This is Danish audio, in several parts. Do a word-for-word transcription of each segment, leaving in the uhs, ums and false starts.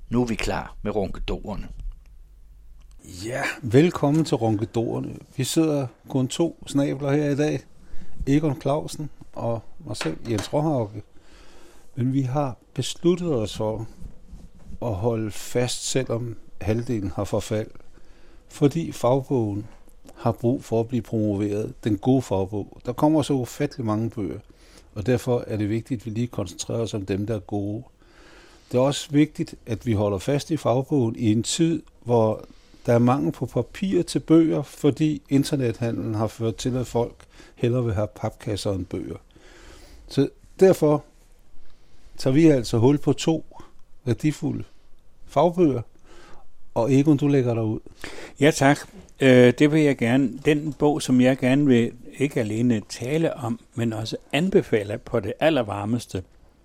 Nu er vi klar med ronkedorerne. Ja, velkommen til ronkedorerne. Vi sidder kun to snabler her i dag. Egon Clausen og mig selv, Jens Råhauke. Men vi har besluttet os for at holde fast, selvom halvdelen har forfald. Fordi fagbogen har brug for at blive promoveret. Den gode fagbog. Der kommer så ufattelig mange bøger. Og derfor er det vigtigt, at vi lige koncentrerer os om dem, der er gode. Det er også vigtigt, at vi holder fast i fagbogen i en tid, hvor der er mangel på papir til bøger, fordi internethandlen har ført til, at folk hellere vil have papkasser end bøger. Så derfor tager vi altså hul på to værdifulde fagbøger, og Egon, du lægger dig ud. Ja, tak. Øh, det vil jeg gerne. Den bog, som jeg gerne vil ikke alene tale om, men også anbefale på det allervarmeste.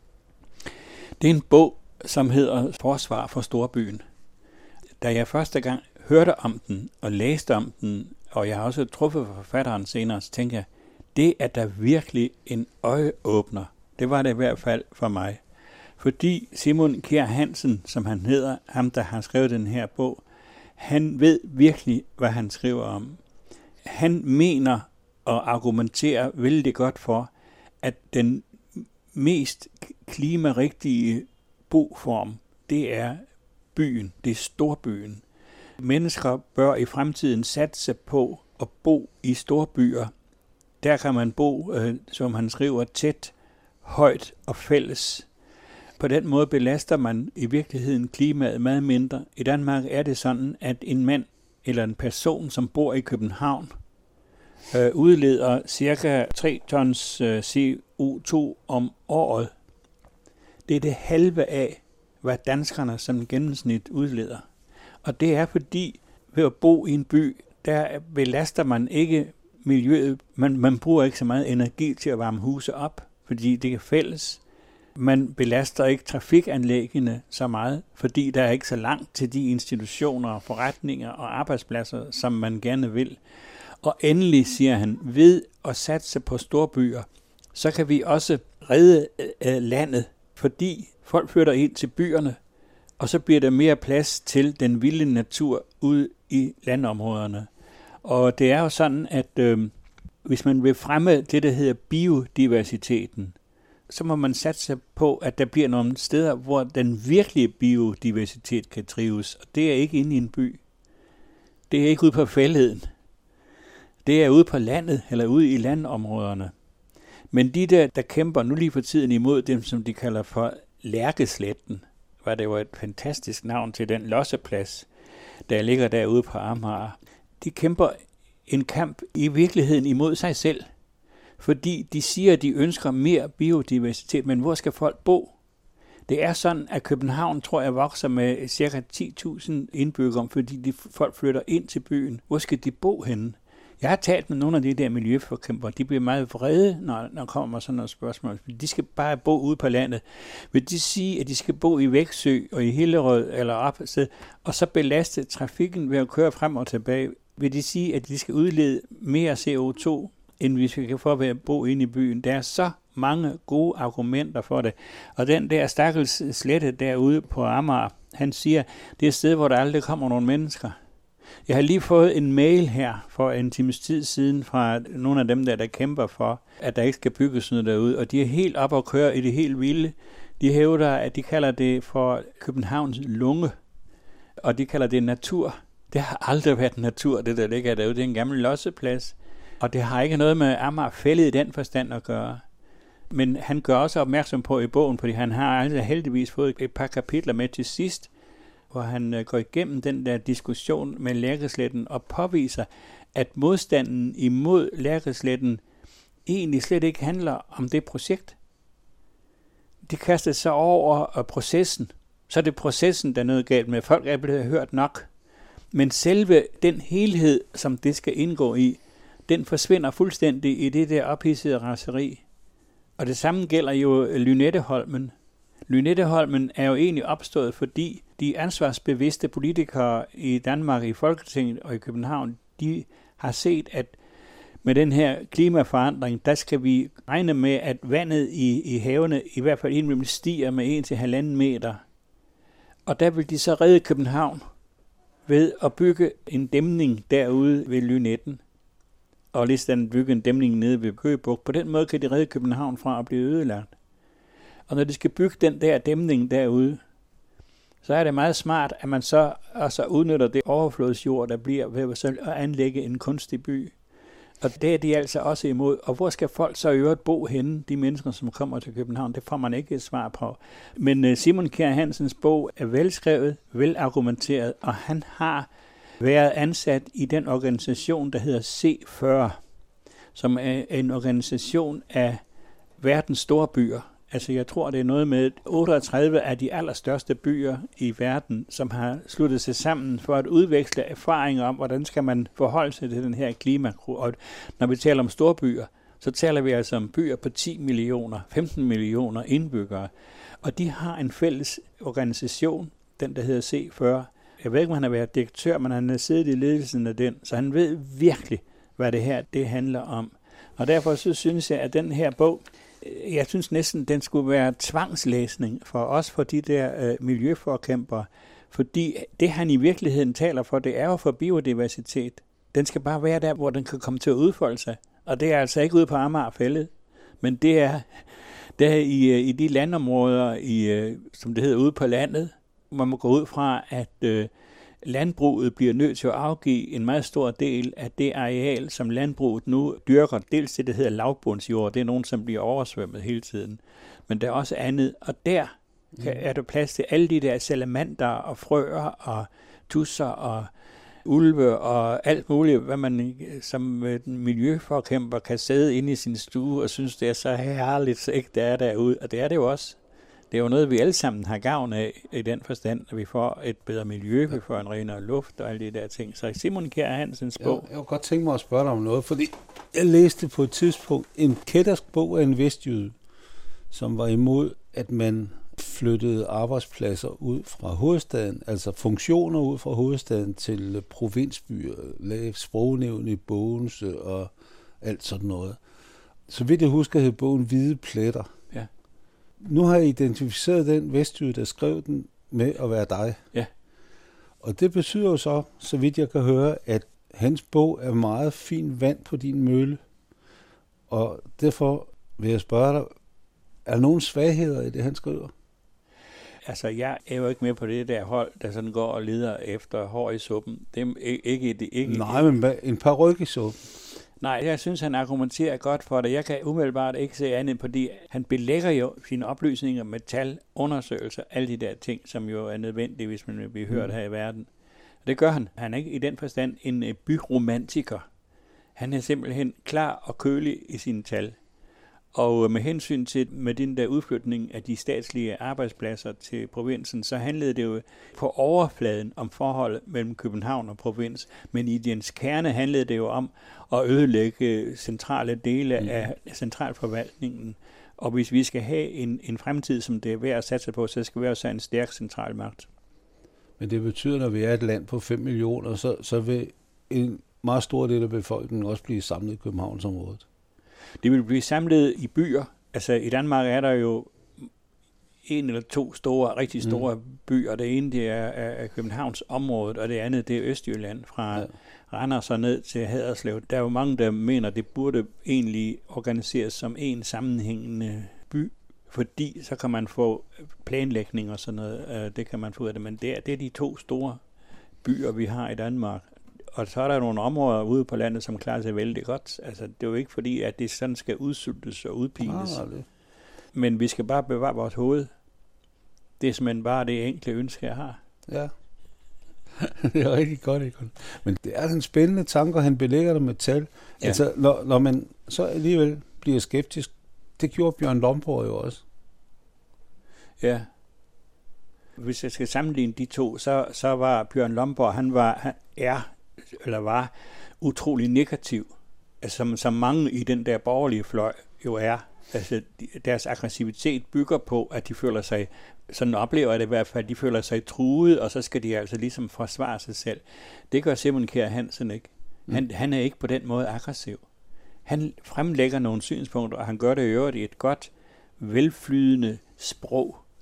Det er en bog, som hedder Forsvar for Storbyen. Da jeg første gang hørte om den og læste om den, og jeg har også truffet forfatteren senere, så tænkte jeg, det er da virkelig en øjeåbner. Det var det i hvert fald for mig. Fordi Simon Kjær Hansen, som han hedder, ham der har skrevet den her bog, han ved virkelig, hvad han skriver om. Han mener og argumenterer vældig godt for, at den mest klimarigtige boform, det er byen, det er storbyen. Mennesker bør i fremtiden satse på at bo i storbyer. Der kan man bo, øh, som han skriver, tæt, højt og fælles. På den måde belaster man i virkeligheden klimaet meget mindre. I Danmark er det sådan, at en mand eller en person, som bor i København, øh, udleder cirka tre tons øh, C O to om året. Det er det halve af, hvad danskerne som gennemsnit udleder. Og det er fordi, ved at bo i en by, der belaster man ikke miljøet. Man, man bruger ikke så meget energi til at varme huse op, fordi det er fælles. Man belaster ikke trafikanlæggene så meget, fordi der er ikke så langt til de institutioner, forretninger og arbejdspladser, som man gerne vil. Og endelig, siger han, ved at satse på storbyer, så kan vi også redde øh, landet, fordi folk flytter ind til byerne, og så bliver der mere plads til den vilde natur ude i landområderne. Og det er jo sådan, at øh, hvis man vil fremme det, der hedder biodiversiteten, så må man satse på, at der bliver nogle steder, hvor den virkelige biodiversitet kan trives. Og det er ikke inde i en by. Det er ikke ude på fælleden. Det er ude på landet, eller ude i landområderne. Men de der, der kæmper nu lige for tiden imod dem, som de kalder for Lærkesletten, var det jo et fantastisk navn til den losseplads, der ligger derude på Amager. De kæmper en kamp i virkeligheden imod sig selv, fordi de siger, at de ønsker mere biodiversitet, men hvor skal folk bo? Det er sådan, at København, tror jeg, vokser med cirka ti tusind indbyggere, fordi de folk flytter ind til byen. Hvor skal de bo henne? Jeg har talt med nogle af de der miljøforkæmpere, de bliver meget vrede, når der kommer sådan noget spørgsmål. De skal bare bo ude på landet. Vil de sige, at de skal bo i Væksø og i Hillerød eller op et sted, og så belaste trafikken ved at køre frem og tilbage? Vil de sige, at de skal udlede mere C O to, end hvis vi kan få ved at bo inde i byen? Der er så mange gode argumenter for det. Og den der stakkels slette derude på Amager, han siger, det er et sted, hvor der aldrig kommer nogen mennesker. Jeg har lige fået en mail her for en times tid siden fra nogle af dem, der, der kæmper for, at der ikke skal bygges noget derude, og de er helt op og kører i det helt vilde. De hævder, at de kalder det for Københavns lunge, og de kalder det natur. Det har aldrig været natur, det der ligger derude. Det er en gammel losseplads, og det har ikke noget med Amager Fælled i den forstand at gøre. Men han gør også opmærksom på i bogen, fordi han har altså heldigvis fået et par kapitler med til sidst, hvor han går igennem den der diskussion med Lærkesletten og påviser, at modstanden imod Lærkesletten egentlig slet ikke handler om det projekt. De kaster sig over processen. Så er det processen, der er noget galt med. Folk er blevet hørt nok. Men selve den helhed, som det skal indgå i, den forsvinder fuldstændig i det der ophidsede raseri. Og det samme gælder jo Lynetteholmen. Lynetteholmen er jo egentlig opstået, fordi de ansvarsbevidste politikere i Danmark, i Folketinget og i København, de har set, at med den her klimaforandring, der skal vi regne med, at vandet i, i havene i hvert fald indimellem stiger med en til halvanden meter. Og der vil de så redde København ved at bygge en dæmning derude ved Lynetten. Og ligesom bygge en dæmning nede ved Køge Bugt. På den måde kan de redde København fra at blive ødelagt. Og når de skal bygge den der dæmning derude, så er det meget smart, at man så altså udnytter det overflodsjord, der bliver ved at anlægge en kunstig by. Og det er de altså også imod. Og hvor skal folk så i øvrigt bo henne, de mennesker, som kommer til København? Det får man ikke et svar på. Men Simon Kjær Hansens bog er velskrevet, velargumenteret, og han har været ansat i den organisation, der hedder C fyrre, som er en organisation af verdens store byer. Altså jeg tror, det er noget med otteogtredive af de allerstørste byer i verden, som har sluttet sig sammen for at udveksle erfaringer om, hvordan skal man forholde sig til den her klima. Og når vi taler om store byer, så taler vi altså om byer på ti millioner, femten millioner indbyggere. Og de har en fælles organisation, den der hedder C fyrre. Jeg ved ikke, om han har været direktør, men han har siddet i ledelsen af den, så han ved virkelig, hvad det her det handler om. Og derfor så synes jeg, at den her bog, jeg synes næsten, den skulle være tvangslæsning for os, for de der øh, miljøforkæmpere. Fordi det, han i virkeligheden taler for, det er jo for biodiversitet. Den skal bare være der, hvor den kan komme til at udfolde sig. Og det er altså ikke ude på Amager Fælled, men det er der i, i de landområder, i, som det hedder, ude på landet. Man må gå ud fra, at øh, landbruget bliver nødt til at afgive en meget stor del af det areal, som landbruget nu dyrker. Dels det, der hedder lavbundsjord, det er nogen, som bliver oversvømmet hele tiden. Men der er også andet, og der kan, er der plads til alle de der salamander og frøer og tusser og ulve og alt muligt, hvad man som miljøforkæmper kan sidde inde i sin stue og synes, det er så herligt, så ikke det er derude. Og det er det jo også. Det er jo noget, vi alle sammen har gavn af i den forstand, at vi får et bedre miljø, vi får en renere luft og alle de der ting. Så Simon Kjær Hansens bog. Jeg, jeg kunne godt tænke mig at spørge dig om noget, fordi jeg læste på et tidspunkt en kættersk bog af en vestjyde, som var imod, at man flyttede arbejdspladser ud fra hovedstaden, altså funktioner ud fra hovedstaden til provinsbyer, lave sprognævn i Bogense og alt sådan noget. Så vidt jeg husker, hed bogen Hvide Pletter. Ja. Nu har jeg identificeret den vestjyde, der skrev den, med at være dig. Ja. Og det betyder jo så, så vidt jeg kan høre, at hans bog er meget fint vand på din mølle. Og derfor vil jeg spørge dig, er der nogen svagheder i det, han skriver? Altså, jeg er jo ikke med på det der hold, der sådan går og leder efter hår i suppen. Det er ikke... ikke, ikke Nej, men en par ryg i suppen. Nej, jeg synes, han argumenterer godt for det. Jeg kan umiddelbart ikke se andet, fordi han belægger jo sine oplysninger med tal, undersøgelser, alle de der ting, som jo er nødvendige, hvis man vil blive hørt mm. her i verden. Og det gør han. Han er ikke i den forstand en byromantiker. Han er simpelthen klar og kølig i sine tal. Og med hensyn til med den der udflytning af de statslige arbejdspladser til provinsen, så handlede det jo på overfladen om forholdet mellem København og provins. Men i dens kerne handlede det jo om at ødelægge centrale dele mm. af centralforvaltningen. Og hvis vi skal have en, en fremtid, som det er værd at satse på, så skal vi også have en stærk centralmagt. Men det betyder, når vi er et land på fem millioner, så, så vil en meget stor del af befolkningen også blive samlet i Københavnsområdet. Det vil blive samlet i byer. Altså i Danmark er der jo en eller to store, rigtig store mm. byer. Det ene det er, er Københavns området, og det andet det er Østjylland, fra ja. Randers og ned til Haderslev. Der er jo mange, der mener, at det burde egentlig organiseres som en sammenhængende by, fordi så kan man få planlægning og sådan noget. Det kan man få ud af det, men det er, det er de to store byer, vi har i Danmark. Og så er der nogle områder ude på landet, som klarer sig vældig godt. Altså, det er jo ikke fordi, at det sådan skal udsultes og udpines. Ah, men vi skal bare bevare vores hoved. Det er simpelthen bare det enkle ønske, jeg har. Ja, det er rigtig godt, ikke? Men det er en spændende tanke, og han belægger det med tal. Ja. Altså, når, når man så alligevel bliver skeptisk, det gjorde Bjørn Lomborg jo også. Ja. Hvis jeg skal sammenligne de to, så, så var Bjørn Lomborg, han var, han er, eller var utrolig negativ, altså, som, som mange i den der borgerlige fløj jo er. Altså, deres aggressivitet bygger på, at de føler sig, sådan oplever jeg det i hvert fald, de føler sig truet, og så skal de altså ligesom forsvare sig selv. Det gør Simon Kjær Hansen ikke. Han, mm. han er ikke på den måde aggressiv. Han fremlægger nogle synspunkter, og han gør det i øvrigt i et godt, velflydende sprog.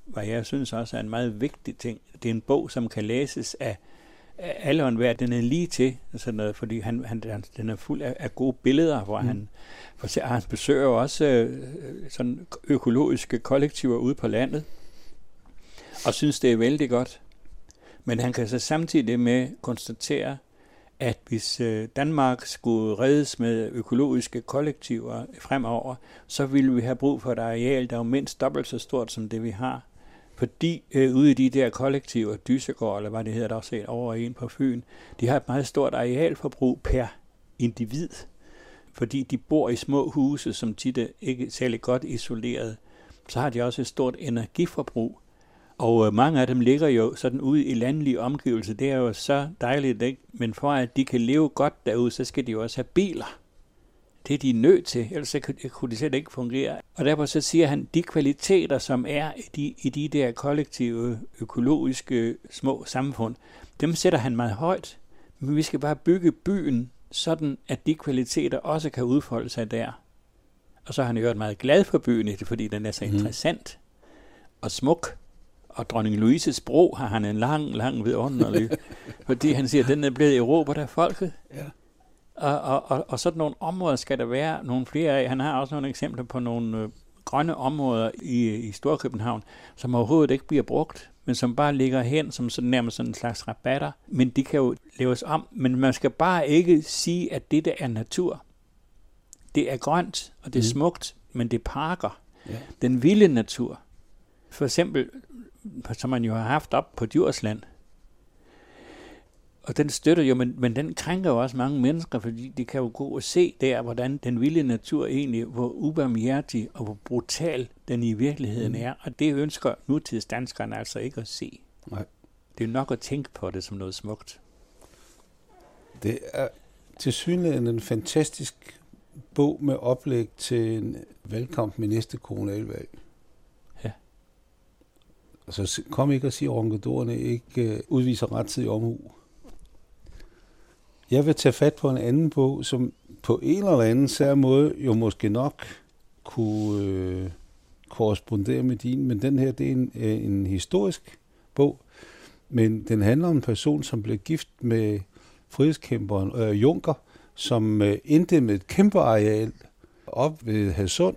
hvad jeg synes også er en meget vigtig ting. Det er en bog, som kan læses af, af alle og enhver. Den er lige til, sådan noget, fordi han, han, den er fuld af, af gode billeder, hvor mm. han, for, han besøger også øh, sådan økologiske kollektiver ude på landet, og synes, det er vældig godt. Men han kan så samtidig med konstatere, at hvis Danmark skulle reddes med økologiske kollektiver fremover, så ville vi have brug for et areal, der er mindst dobbelt så stort som det, vi har. Fordi øh, ude i de der kollektiver, Dysegård, eller hvad det hedder, der også er over en på Fyn, de har et meget stort arealforbrug per individ, fordi de bor i små huse, som tit er ikke særlig godt isoleret. Så har de også et stort energiforbrug. Og mange af dem ligger jo sådan ude i landlige omgivelser. Det er jo så dejligt, ikke? Men for at de kan leve godt derude, så skal de jo også have biler. Det er de nødt til, ellers så kunne det slet ikke fungere. Og derfor så siger han, de kvaliteter, som er i de, i de der kollektive, økologiske små samfund, dem sætter han meget højt. Men vi skal bare bygge byen, sådan at de kvaliteter også kan udfolde sig der. Og så har han jo været meget glad for byen, fordi den er så interessant og smuk. Og dronning Louises bro har han en lang, lang vidunderlig, fordi han siger, at den er blevet erobret af folket. Ja. Og, og, og, og sådan nogle områder skal der være nogle flere af. Han har også nogle eksempler på nogle øh, grønne områder i, i Storkøbenhavn, som overhovedet ikke bliver brugt, men som bare ligger hen som sådan, nærmest sådan en slags rabatter. Men de kan jo laves om. Men man skal bare ikke sige, at det der er natur. Det er grønt, og det er mm. smukt, men det er parker. Ja. Den vilde natur. For eksempel, som man jo har haft op på Djursland. Og den støtter jo, men, men den krænker jo også mange mennesker, fordi de kan jo gå og se der, hvordan den vilde natur egentlig, hvor ubarmhjertig og hvor brutal den i virkeligheden mm. er. Og det ønsker nutidsdanskerne altså ikke at se. Nej. Det er nok at tænke på det som noget smukt. Det er tilsyneladende en fantastisk bog med oplæg til en valgkamp med næste kommunalvalg. Så kom ikke og sige, at ronkedorerne ikke øh, udviser rettidig omhu. Jeg vil tage fat på en anden bog, som på en eller anden sær måde jo måske nok kunne øh, korrespondere med din, men den her, det er en, øh, en historisk bog, men den handler om en person, som blev gift med frihedskæmperen øh, Juncker, som øh, endte med et kæmpe areal op ved Hadsund,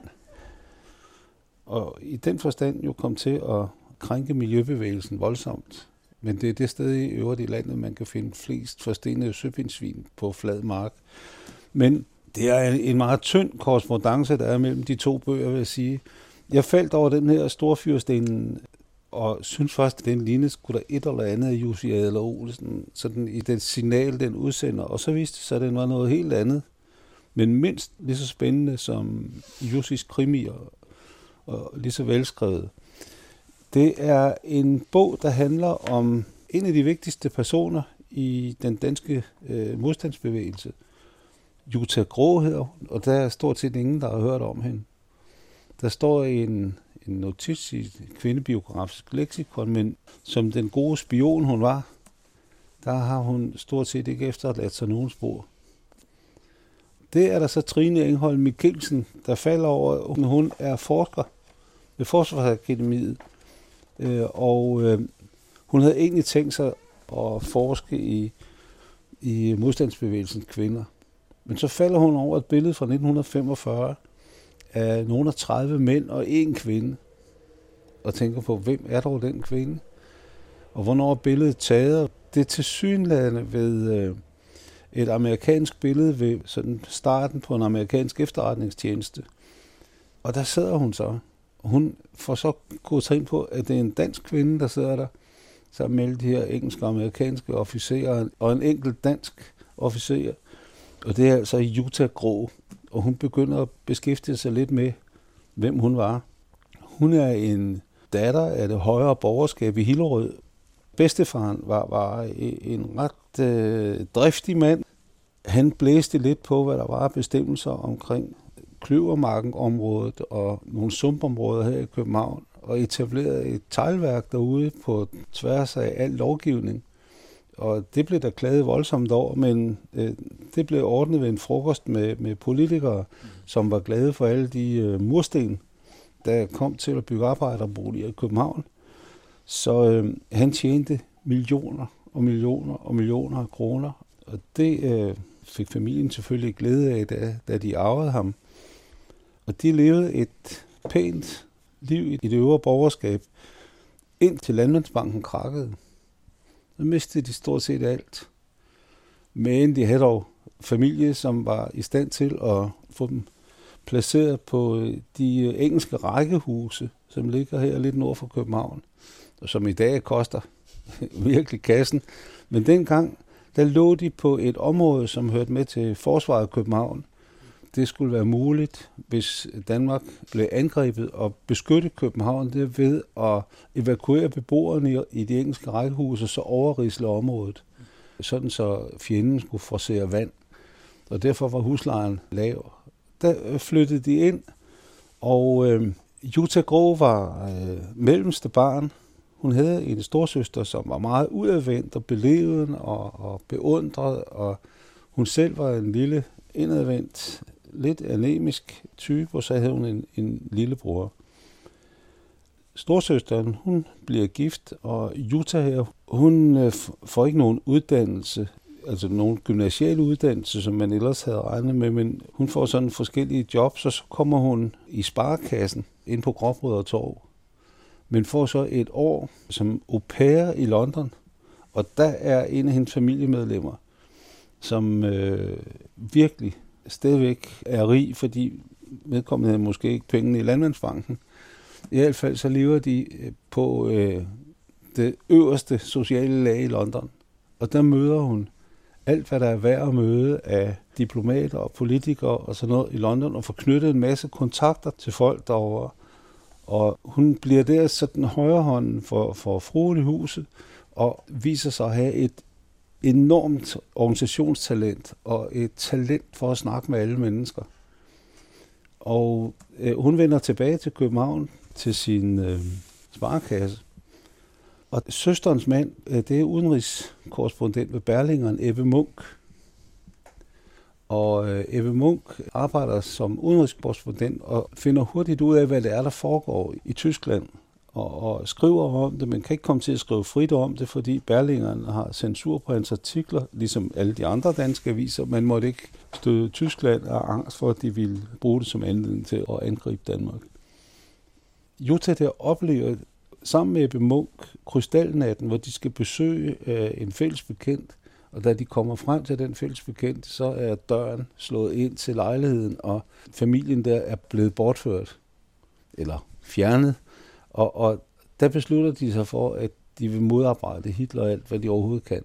og i den forstand jo kom til at krænke miljøbevægelsen voldsomt. Men det er det sted i øvrigt i landet, man kan finde flest forstenede søpindsvin på flad mark. Men det er en meget tynd korrespondance, der er mellem de to bøger, vil jeg sige. Jeg faldt over den her Storfyrstenen, og synes først, at den lignede sgu da et eller andet af Jussi Adler Olsen, sådan i det signal, den udsender. Og så viste det sig, at den var noget helt andet. Men mindst lige så spændende som Jussis krimier, og lige så velskrevet. Det er en bog, der handler om en af de vigtigste personer i den danske øh, modstandsbevægelse. Jutta Grå hedder, og der er stort set ingen, der har hørt om hende. Der står en, en notits i kvindebiografisk leksikon, men som den gode spion hun var, der har hun stort set ikke efterladt sig nogen spor. Det er der så Trine Engholm Mikkelsen, der falder over, når hun er forsker ved Forsvarsakademiet. Øh, og øh, hun havde egentlig tænkt sig at forske i, i modstandsbevægelsens kvinder. Men så falder hun over et billede fra nitten femogfyrre af nogle af tredive mænd og en kvinde. Og tænker på, hvem er dog den kvinde? Og hvornår er billedet taget? Det er tilsyneladende ved øh, et amerikansk billede ved sådan starten på en amerikansk efterretningstjeneste. Og der sidder hun så. Hun får så gået trin på, at det er en dansk kvinde, der sidder der, sammen med de her engelske og amerikanske officerer, og en enkelt dansk officer. Og det er altså Jutta Grå. Og hun begynder at beskæftige sig lidt med, hvem hun var. Hun er en datter af det højere borgerskab i Hillerød. Bedstefaren var, var en ret øh, driftig mand. Han blæste lidt på, hvad der var af bestemmelser omkring Kløvermarken-området og nogle sumpområder her i København, og etablerede et teglværk derude på tværs af al lovgivning. Og det blev der klaget voldsomt over, men øh, det blev ordnet ved en frokost med, med politikere, som var glade for alle de øh, mursten, der kom til at bygge arbejderboliger i København. Så øh, han tjente millioner og millioner og millioner af kroner, og det øh, fik familien selvfølgelig glæde af, da, da de arvede ham. Og de levede et pænt liv i det øvre borgerskab, indtil Landmandsbanken krakkede. Så mistede de stort set alt. Men de havde dog familie, som var i stand til at få dem placeret på de engelske rækkehuse, som ligger her lidt nord for København, og som i dag koster virkelig kassen. Men dengang, der lå de på et område, som hørte med til forsvaret af København. Det skulle være muligt, hvis Danmark blev angrebet og beskytte København, det ved at evakuere beboerne i de engelske rækkehuse, så overrisle området, sådan så fjenden skulle forsere vand. Og derfor var huslejen lav. Der flyttede de ind, og øh, Jutta Grå var øh, mellemste barn. Hun havde en storsøster, som var meget udadvendt og beleven og, og beundret, og hun selv var en lille indadvendt, lidt anemisk type, og så havde hun en, en lillebror. Storsøsteren, hun bliver gift, og Jutta her, hun øh, får ikke nogen uddannelse, altså nogen gymnasial uddannelse, som man ellers havde regnet med, men hun får sådan forskellige jobs, og så kommer hun i sparekassen ind på Gråbrødre Torv, men får så et år som au pair i London, og der er en af hendes familiemedlemmer, som øh, virkelig stadigvæk er rig, fordi vedkommende havde måske ikke pengene i Landmandsbanken. I hvert fald så lever de på øh, det øverste sociale lag i London, og der møder hun alt, hvad der er værd at møde af diplomater og politikere og sådan noget i London, og får knyttet en masse kontakter til folk derovre. Og hun bliver der sådan højrehånden for, for fruen i huset, og viser sig at have et enormt organisationstalent, og et talent for at snakke med alle mennesker. Og øh, hun vender tilbage til København, til sin øh, sparekasse. Og søsterens mand, øh, det er udenrigskorrespondent ved Berlingeren, Ebbe Munk. Og øh, Ebbe Munk arbejder som udenrigskorrespondent og finder hurtigt ud af, hvad det er, der foregår i Tyskland. Og, og skriver om det, men kan ikke komme til at skrive frit om det, fordi Berlingeren har censur på hans artikler, ligesom alle de andre danske aviser. Man måtte ikke støde Tyskland af angst for, at de ville bruge det som anledning til at angribe Danmark. Jutta der oplever sammen med Ebbe Munk krystalnatten, hvor de skal besøge øh, en fælles bekendt, og da de kommer frem til den fælles bekendt, så er døren slået ind til lejligheden, og familien der er blevet bortført, eller fjernet. Og, og der beslutter de sig for, at de vil modarbejde Hitler alt, hvad de overhovedet kan.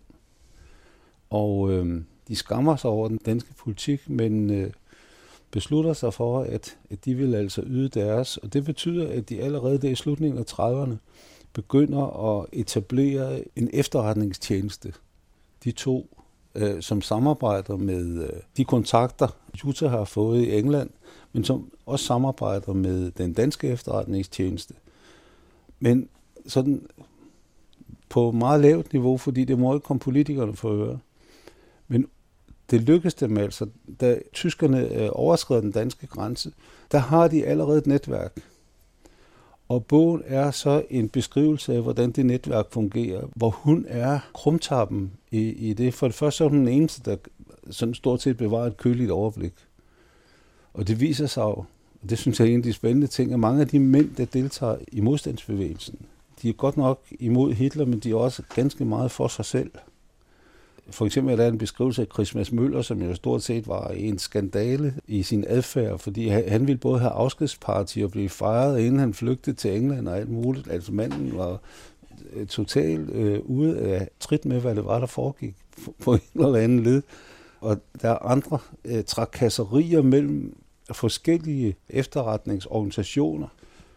Og øh, de skammer sig over den danske politik, men øh, beslutter sig for, at, at de vil altså yde deres. Og det betyder, at de allerede der i slutningen af trediverne begynder at etablere en efterretningstjeneste. De to, øh, som samarbejder med øh, de kontakter, Jutta har fået i England, men som også samarbejder med den danske efterretningstjeneste. Men sådan på meget lavt niveau, fordi det må ikke komme politikerne for øre. Men det lykkedes dem altså, da tyskerne overskred den danske grænse, der har de allerede et netværk. Og bogen er så en beskrivelse af, hvordan det netværk fungerer, hvor hun er krumtappen i, i det. For det første så er hun den eneste, der sådan stort set bevarer et køligt overblik. Og det viser sig jo, og det synes jeg er en af de spændende ting, at mange af de mænd, der deltager i modstandsbevægelsen, de er godt nok imod Hitler, men de er også ganske meget for sig selv. For eksempel er der en beskrivelse af Christmas Møller, som jo stort set var en skandale i sin adfærd, fordi han ville både have afskedsparty og blive fejret, inden han flygtede til England og alt muligt. Altså manden var totalt øh, ude af trit med, hvad det var, der foregik på en eller anden led. Og der er andre øh, trakasserier mellem forskellige efterretningsorganisationer.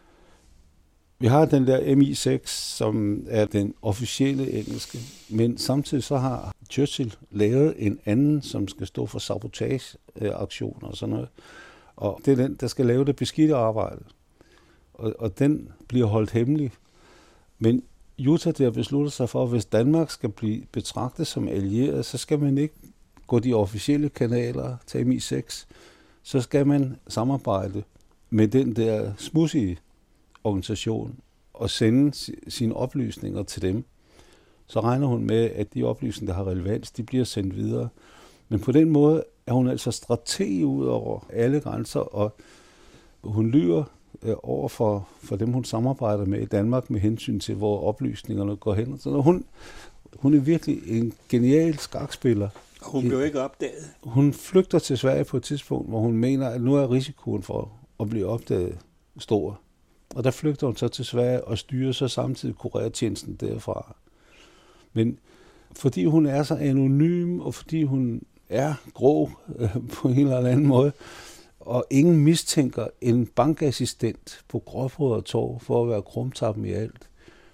Vi har den der M I seks, som er den officielle engelske, men samtidig så har Churchill lavet en anden, som skal stå for sabotageaktioner og sådan noget. Og det er den, der skal lave det beskidte arbejde. Og, og den bliver holdt hemmelig. Men Jutta der beslutter sig for, at hvis Danmark skal blive betragtet som allieret, så skal man ikke gå de officielle kanaler til M I seks. Så skal man samarbejde med den der smudsige organisation. at sende sine oplysninger til dem. Så regner hun med, at de oplysninger, der har relevans, de bliver sendt videre. Men på den måde er hun altså strateg ud over alle grænser, og hun lyver over for, for dem, hun samarbejder med i Danmark med hensyn til, hvor oplysningerne går hen. Så hun, hun er virkelig en genial skakspiller. Hun blev ikke opdaget. Hun flygter til Sverige på et tidspunkt, hvor hun mener, at nu er risikoen for at blive opdaget stor. Og der flygter hun så til Sverige og styrer så samtidig kurertjenesten derfra. Men fordi hun er så anonym, og fordi hun er grå øh, på en eller anden måde, og ingen mistænker en bankassistent på Gråbrødre Torv for at være krumtappen i alt.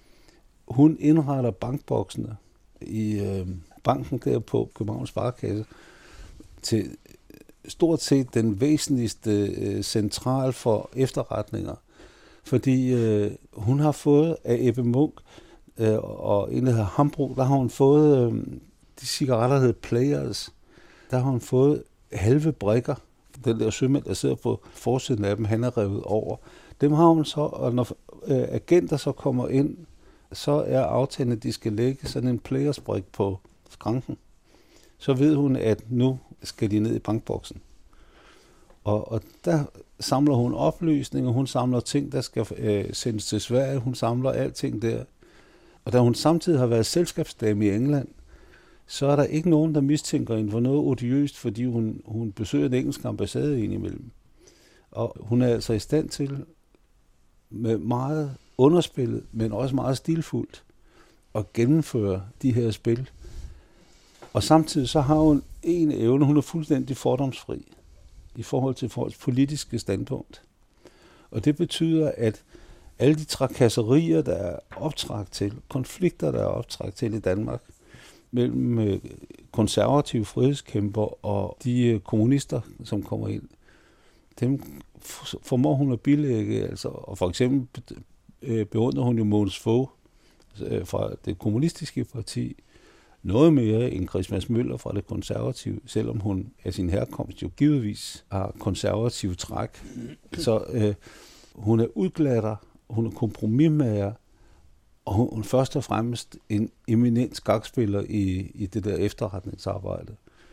Hun indretter bankboksene i øh, banken der på Københavns Sparekasse til stort set den væsentligste øh, central for efterretninger. Fordi øh, hun har fået af Ebbe Munk øh, og en, der hedder Hambro, der har hun fået øh, de cigaretter, der hedder Players. Der har hun fået halve brikker. Den der sømand, der sidder på forsiden af dem, han er revet over. Dem har hun så, og når øh, agenter så kommer ind, så er aftalen, at de skal lægge sådan en Players-brik på skranken. Så ved hun, at nu skal de ned i bankboksen. Og, og der samler hun oplysninger, hun samler ting, der skal øh, sendes til Sverige, hun samler alting der. Og da hun samtidig har været selskabsdame i England, så er der ikke nogen, der mistænker hende for noget odiøst, fordi hun, hun besøger den engelske ambassade indimellem. Og hun er altså i stand til, med meget underspillet, men også meget stilfuldt, at gennemføre de her spil. Og samtidig så har hun en evne, hun er fuldstændig fordomsfri i forhold til folks politiske standpunkt. Og det betyder, at alle de trakasserier, der er optrækt til, konflikter, der er optrækt til i Danmark, mellem konservative frihedskæmper og de kommunister, som kommer ind, dem formår hun at bilægge. Altså, og for eksempel beundrer hun jo Mogens Fogh fra det kommunistiske parti noget mere end Christmas Møller fra det konservative, selvom hun af sin herkomst jo givetvis har konservative træk. Så øh, hun er udglatter, hun er kompromismager, og hun er først og fremmest en eminent skakspiller i, i det der efterretningsarbejde.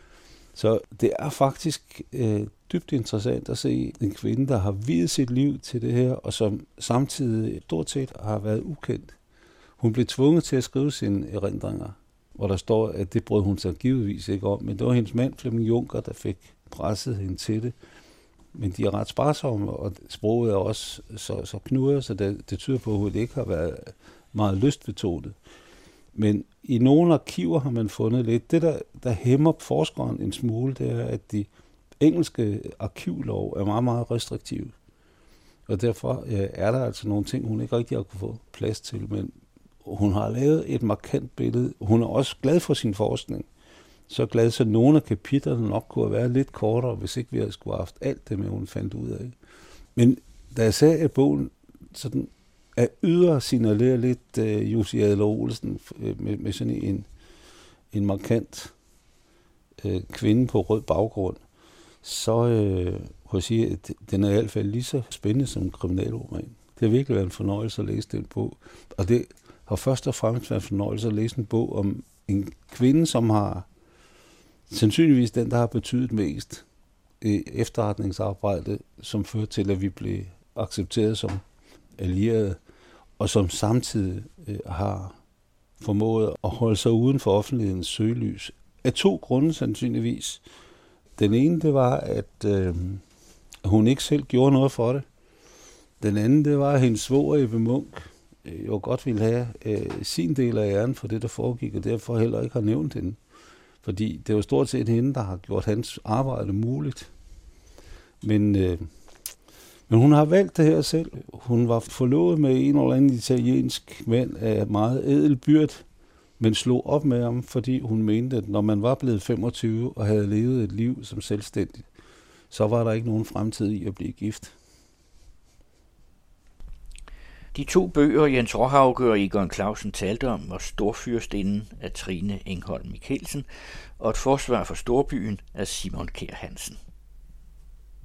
Så det er faktisk øh, dybt interessant at se en kvinde, der har viet sit liv til det her, og som samtidig stort set har været ukendt. Hun blev tvunget til at skrive sine erindringer, hvor der står, at det brød hun sig givetvis ikke om, men det var hendes mand, Flemming Juncker, der fik presset hende til det. Men de er ret sparsomme, og sproget er også så, så knudret, så det, det tyder på, at hun ikke har været meget lystbetonet. Men i nogle arkiver har man fundet lidt. Det, der, der hæmmer forskeren en smule, det er, at de engelske arkivlov er meget, meget restriktive. Og derfor øh, er der altså nogle ting, hun ikke rigtig har kunne få plads til. Men hun har lavet et markant billede. Hun er også glad for sin forskning. Så glad, så nogle af kapitlerne nok kunne have været lidt kortere, hvis ikke vi havde skulle have haft alt det med, hun fandt ud af. Men da jeg sagde, at bogen sådan at ydre signalerer lidt uh, Jussi Adler Olsen med, med sådan en, en markant uh, kvinde på rød baggrund, så uh, kunne jeg sige, at den er i hvert fald lige så spændende som en kriminalroman. Det har virkelig været en fornøjelse at læse den bog. Og det har først og fremmest været en fornøjelse at læse en bog om en kvinde, som har sandsynligvis den, der har betydet mest i efterretningsarbejde, som førte til, at vi blev accepteret som allierede, og som samtidig øh, har formået at holde sig uden for offentlighedens søgelys. Af to grunde sandsynligvis. Den ene, det var, at øh, hun ikke selv gjorde noget for det. Den anden, det var, at hendes svoger Ebbe Munk øh, jo godt ville have øh, sin del af æren for det, der foregik, og derfor heller ikke har nævnt hende. Fordi det var stort set hende, der har gjort hans arbejde muligt. Men, øh, men hun har valgt det her selv. Hun var forlovet med en eller anden italiensk mand af meget ædel byrd, men slog op med ham, fordi hun mente, at når man var blevet femogtyve og havde levet et liv som selvstændig, så var der ikke nogen fremtid i at blive gift. De to bøger, Jens Råhauge og Egon Clausen talte om, var Storfyrstinden af Trine Engholm Michelsen og Et forsvar for storbyen af Simon Kjær Hansen.